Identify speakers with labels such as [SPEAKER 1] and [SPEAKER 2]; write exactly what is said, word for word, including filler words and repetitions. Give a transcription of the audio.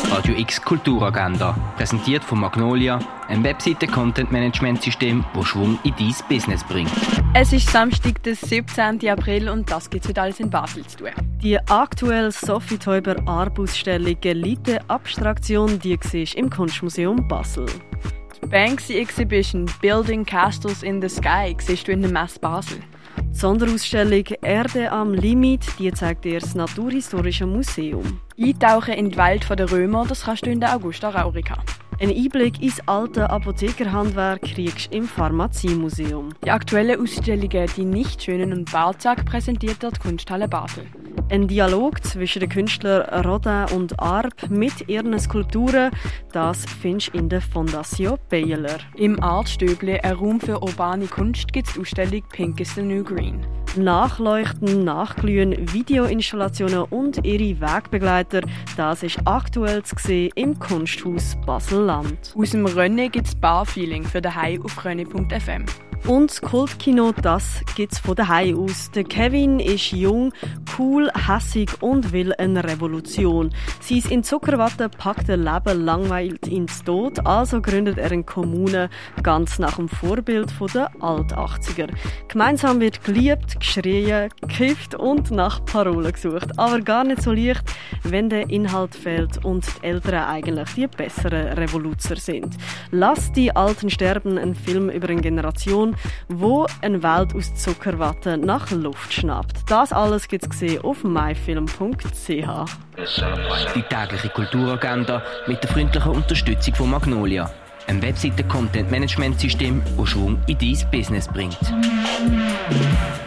[SPEAKER 1] Radio X Kulturagenda, präsentiert von Magnolia, ein Webseiten-Content-Management-System, das Schwung in dein Business bringt.
[SPEAKER 2] Es ist Samstag, der siebzehnten April und das gibt es heute alles in Basel zu tun.
[SPEAKER 3] Die aktuelle Sophie Teuber Arp-Ausstellung «Elite Abstraktion», die siehst im Kunstmuseum Basel.
[SPEAKER 2] Die Banksy Exhibition «Building Castles in the Sky» siehst du in der Messe Basel.
[SPEAKER 3] Die Sonderausstellung «Erde am Limit», die zeigt dir das Naturhistorische Museum.
[SPEAKER 2] Eintauchen in die Welt der Römer, das kannst du in der Augusta Raurica.
[SPEAKER 3] Ein Einblick ins alte Apothekerhandwerk kriegst du im Pharmaziemuseum.
[SPEAKER 2] Die aktuellen Ausstellungen «Die Nichtschönen» und «Balzac» präsentiert die Kunsthalle Basel.
[SPEAKER 3] Ein Dialog zwischen den Künstlern Rodin und Arp mit ihren Skulpturen, das findest du in der Fondation Baylor.
[SPEAKER 2] Im Artstöble, ein Raum für urbane Kunst, gibt es die Ausstellung «Pink is the New Green».
[SPEAKER 3] Nachleuchten, Nachglühen, Videoinstallationen und ihre Wegbegleiter, das ist aktuell zu sehen im Kunsthaus Basel-Land.
[SPEAKER 2] Aus dem Rennen gibt es Barfeeling für daheim auf rené punkt f m.
[SPEAKER 3] Und das Kultkino, das gibt's von daheim aus. Der Kevin ist jung, cool, hässig und will eine Revolution. Sein in Zuckerwatte packte Leben langweilt ihn zu Tod, also gründet er eine Kommune, ganz nach dem Vorbild der Alt-achtziger. Gemeinsam wird geliebt, geschrien, gekifft und nach Parolen gesucht. Aber gar nicht so leicht, wenn der Inhalt fehlt und die Eltern eigentlich die besseren Revoluzer sind. Lass die Alten sterben, ein Film über eine Generation, wo eine Welt aus Zuckerwatte nach Luft schnappt. Das alles gibt es auf myfilm punkt c h.
[SPEAKER 1] Die tägliche Kulturagenda mit der freundlichen Unterstützung von Magnolia, ein Webseiten-Content-Management-System, das Schwung in dein Business bringt.